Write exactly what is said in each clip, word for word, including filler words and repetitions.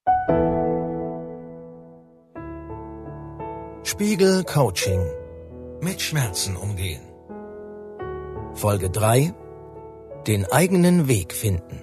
Spiegel Coaching. Mit Schmerzen umgehen. Folge drei. Den eigenen Weg finden.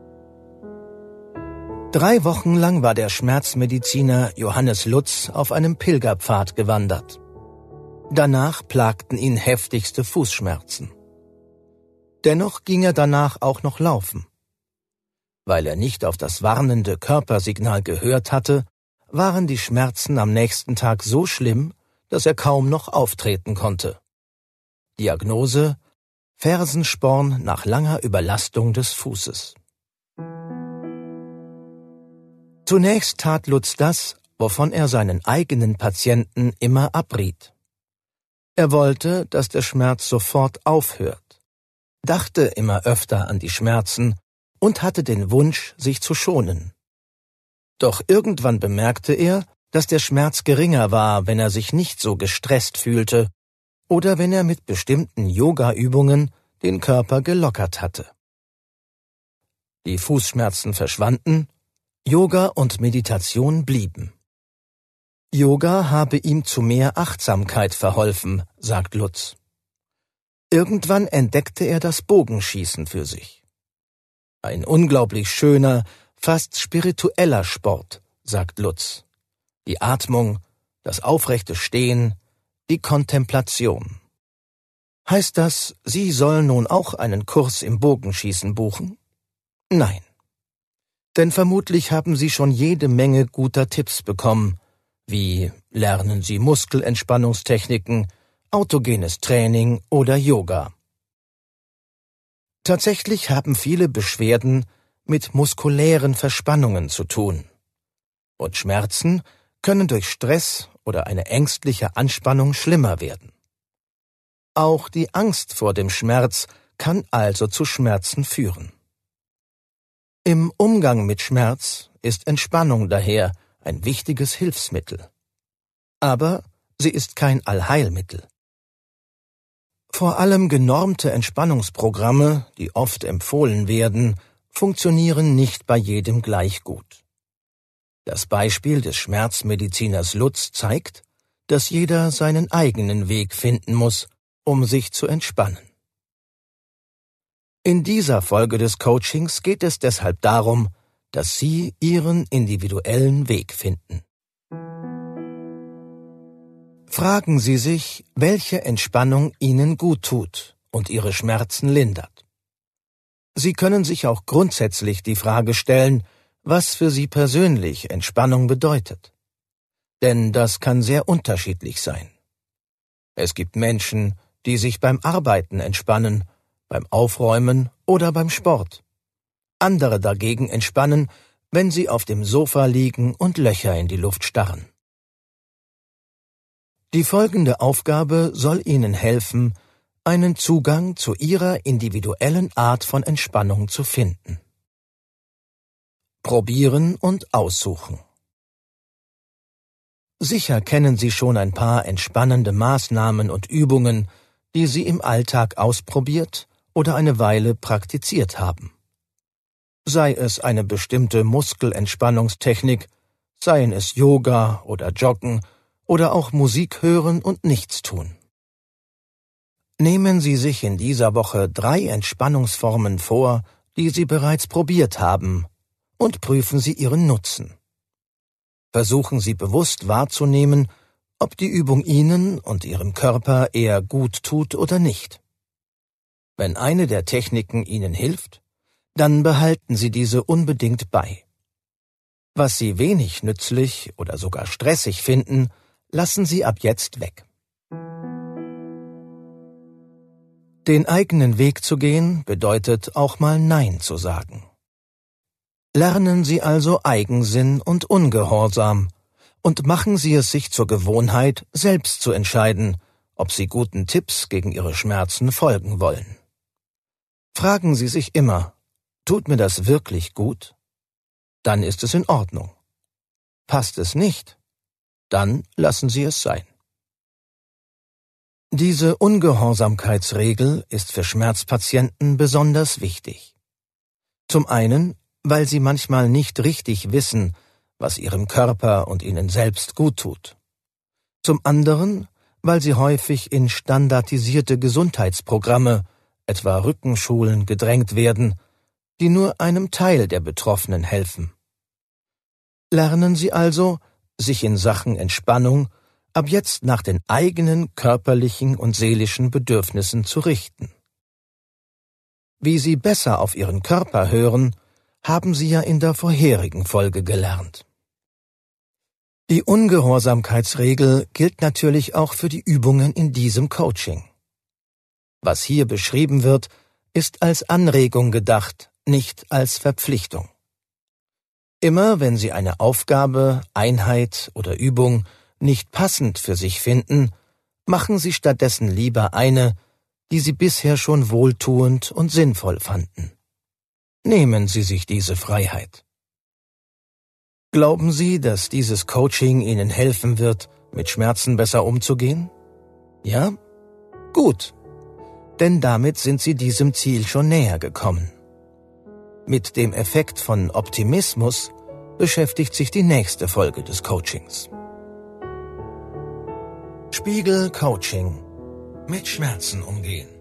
Drei Wochen lang war der Schmerzmediziner Johannes Lutz auf einem Pilgerpfad gewandert. Danach plagten ihn heftigste Fußschmerzen. Dennoch ging er danach auch noch laufen. Weil er nicht auf das warnende Körpersignal gehört hatte, waren die Schmerzen am nächsten Tag so schlimm, dass er kaum noch auftreten konnte. Diagnose: Fersensporn nach langer Überlastung des Fußes. Zunächst tat Lutz das, wovon er seinen eigenen Patienten immer abriet. Er wollte, dass der Schmerz sofort aufhört, dachte immer öfter an die Schmerzen und hatte den Wunsch, sich zu schonen. Doch irgendwann bemerkte er, dass der Schmerz geringer war, wenn er sich nicht so gestresst fühlte oder wenn er mit bestimmten Yoga-Übungen den Körper gelockert hatte. Die Fußschmerzen verschwanden, Yoga und Meditation blieben. Yoga habe ihm zu mehr Achtsamkeit verholfen, sagt Lutz. Irgendwann entdeckte er das Bogenschießen für sich. Ein unglaublich schöner, fast spiritueller Sport, sagt Lutz. Die Atmung, das aufrechte Stehen, die Kontemplation. Heißt das, Sie sollen nun auch einen Kurs im Bogenschießen buchen? Nein. Denn vermutlich haben Sie schon jede Menge guter Tipps bekommen, wie lernen Sie Muskelentspannungstechniken, autogenes Training oder Yoga. Tatsächlich haben viele Beschwerden mit muskulären Verspannungen zu tun. Und Schmerzen können durch Stress oder eine ängstliche Anspannung schlimmer werden. Auch die Angst vor dem Schmerz kann also zu Schmerzen führen. Im Umgang mit Schmerz ist Entspannung daher ein wichtiges Hilfsmittel. Aber sie ist kein Allheilmittel. Vor allem genormte Entspannungsprogramme, die oft empfohlen werden, funktionieren nicht bei jedem gleich gut. Das Beispiel des Schmerzmediziners Lutz zeigt, dass jeder seinen eigenen Weg finden muss, um sich zu entspannen. In dieser Folge des Coachings geht es deshalb darum, dass Sie Ihren individuellen Weg finden. Fragen Sie sich, welche Entspannung Ihnen gut tut und Ihre Schmerzen lindert. Sie können sich auch grundsätzlich die Frage stellen, was für Sie persönlich Entspannung bedeutet. Denn das kann sehr unterschiedlich sein. Es gibt Menschen, die sich beim Arbeiten entspannen, beim Aufräumen oder beim Sport. Andere dagegen entspannen, wenn sie auf dem Sofa liegen und Löcher in die Luft starren. Die folgende Aufgabe soll Ihnen helfen, einen Zugang zu Ihrer individuellen Art von Entspannung zu finden. Probieren und aussuchen. Sicher kennen Sie schon ein paar entspannende Maßnahmen und Übungen, die Sie im Alltag ausprobiert oder eine Weile praktiziert haben. Sei es eine bestimmte Muskelentspannungstechnik, seien es Yoga oder Joggen oder auch Musik hören und nichts tun. Nehmen Sie sich in dieser Woche drei Entspannungsformen vor, die Sie bereits probiert haben, und prüfen Sie ihren Nutzen. Versuchen Sie bewusst wahrzunehmen, ob die Übung Ihnen und Ihrem Körper eher gut tut oder nicht. Wenn eine der Techniken Ihnen hilft, dann behalten Sie diese unbedingt bei. Was Sie wenig nützlich oder sogar stressig finden, lassen Sie ab jetzt weg. Den eigenen Weg zu gehen bedeutet auch mal Nein zu sagen. Lernen Sie also Eigensinn und Ungehorsam und machen Sie es sich zur Gewohnheit, selbst zu entscheiden, ob Sie guten Tipps gegen Ihre Schmerzen folgen wollen. Fragen Sie sich immer, tut mir das wirklich gut? Dann ist es in Ordnung. Passt es nicht? Dann lassen Sie es sein. Diese Ungehorsamkeitsregel ist für Schmerzpatienten besonders wichtig. Zum einen, weil sie manchmal nicht richtig wissen, was ihrem Körper und ihnen selbst gut tut. Zum anderen, weil sie häufig in standardisierte Gesundheitsprogramme, etwa Rückenschulen, gedrängt werden, die nur einem Teil der Betroffenen helfen. Lernen Sie also, sich in Sachen Entspannung ab jetzt nach den eigenen körperlichen und seelischen Bedürfnissen zu richten. Wie Sie besser auf Ihren Körper hören, haben Sie ja in der vorherigen Folge gelernt. Die Ungehorsamkeitsregel gilt natürlich auch für die Übungen in diesem Coaching. Was hier beschrieben wird, ist als Anregung gedacht, nicht als Verpflichtung. Immer wenn Sie eine Aufgabe, Einheit oder Übung nicht passend für sich finden, machen Sie stattdessen lieber eine, die Sie bisher schon wohltuend und sinnvoll fanden. Nehmen Sie sich diese Freiheit. Glauben Sie, dass dieses Coaching Ihnen helfen wird, mit Schmerzen besser umzugehen? Ja? Gut. Denn damit sind Sie diesem Ziel schon näher gekommen. Mit dem Effekt von Optimismus beschäftigt sich die nächste Folge des Coachings. Spiegel Coaching. Mit Schmerzen umgehen.